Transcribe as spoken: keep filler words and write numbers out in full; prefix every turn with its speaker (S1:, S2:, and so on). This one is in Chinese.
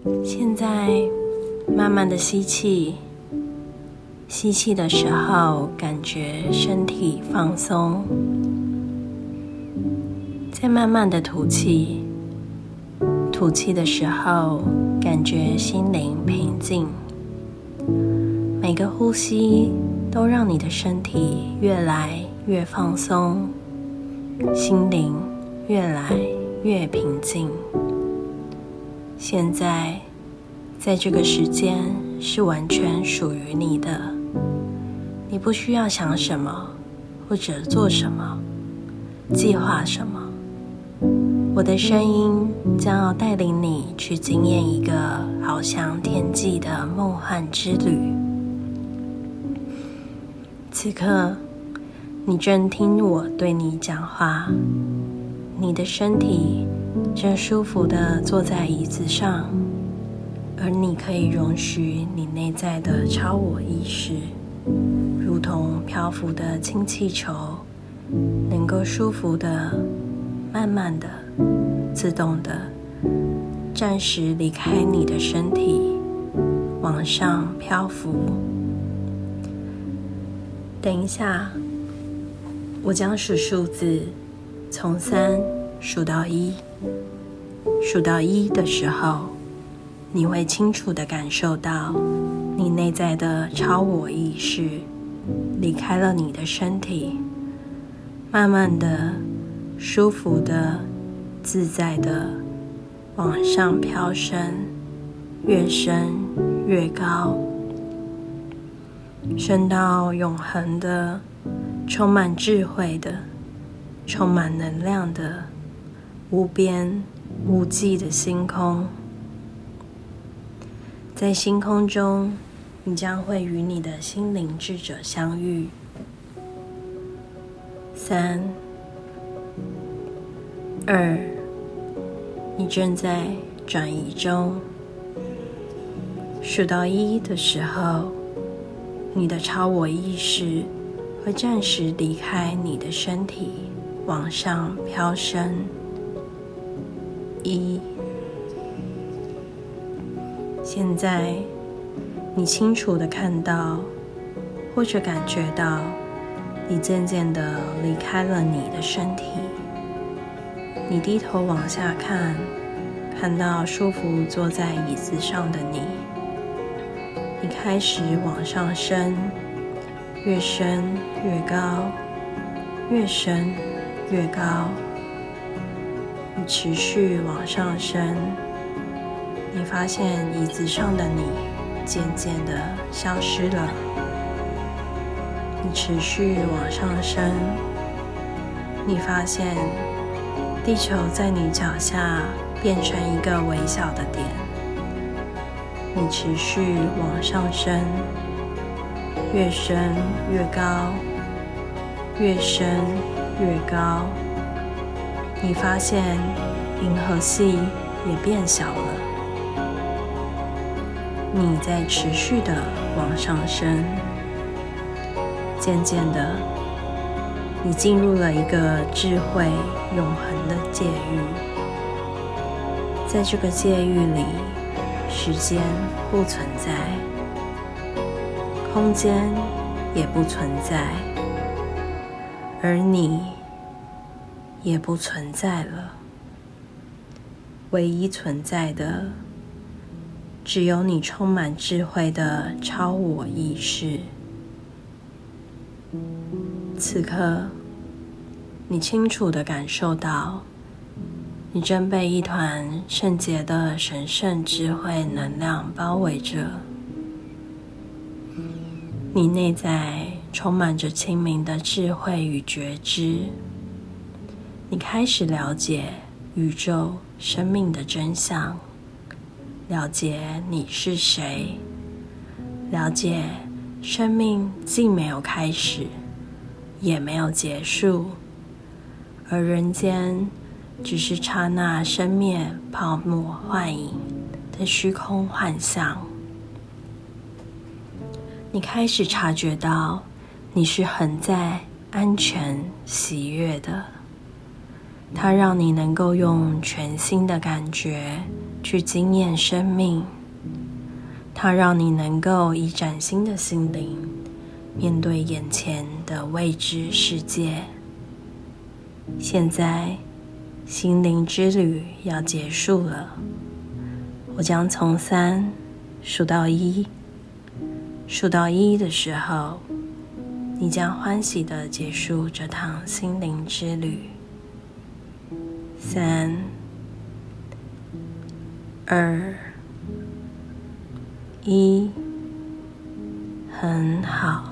S1: 现在慢慢的吸气，吸气的时候感觉身体放松，再慢慢的吐气，吐气的时候感觉心灵平静。每个呼吸都让你的身体越来越放松，心灵越来越平静。现在在这个时间是完全属于你的，你不需要想什么或者做什么，计划什么。我的声音将要带领你去经验一个翱翔天际的梦幻之旅。此刻你正听我对你讲话，你的身体正舒服地坐在椅子上，而你可以容许你内在的超我意识如同漂浮的氢气球，能够舒服地慢慢地自动地暂时离开你的身体，往上漂浮。等一下，我将数数字，从三数到一。数到一的时候，你会清楚地感受到你内在的超我意识离开了你的身体，慢慢的、舒服的、自在的往上飘升，越升越高，升到永恒的、充满智慧的、充满能量的、无边无际的星空。在星空中，你将会与你的心灵智者相遇。三、二，你正在转移中。数到一的时候，你的超我意识会暂时离开你的身体，往上飘升。一，现在你清楚地看到或者感觉到你渐渐地离开了你的身体。你低头往下看，看到舒服坐在椅子上的你。你开始往上升，越升越高，越升越高。你持续往上升，你发现椅子上的你渐渐地消失了。你持续往上升，你发现地球在你脚下变成一个微小的点。你持续往上升，越升越高，越升越高。你发现银河系也变小了。你在持续的往上升，渐渐的，你进入了一个智慧永恒的界域。在这个界域里，时间不存在，空间也不存在，而你也不存在了。唯一存在的，只有你充满智慧的超我意识。此刻，你清楚地感受到，你正被一团圣洁的神圣智慧能量包围着。你内在充满着清明的智慧与觉知。你开始了解宇宙生命的真相，了解你是谁，了解生命既没有开始，也没有结束，而人间只是刹那生灭泡沫幻影的虚空幻象。你开始察觉到，你是恒在、安全、喜悦的。 它让你能够用全新的感觉去经验生命，它让你能够以崭新的心灵面对眼前的未知世界。现在心灵之旅要结束了，我将从三数到一，数到一的时候，你将欢喜地结束这趟心灵之旅。三、二、一，很好。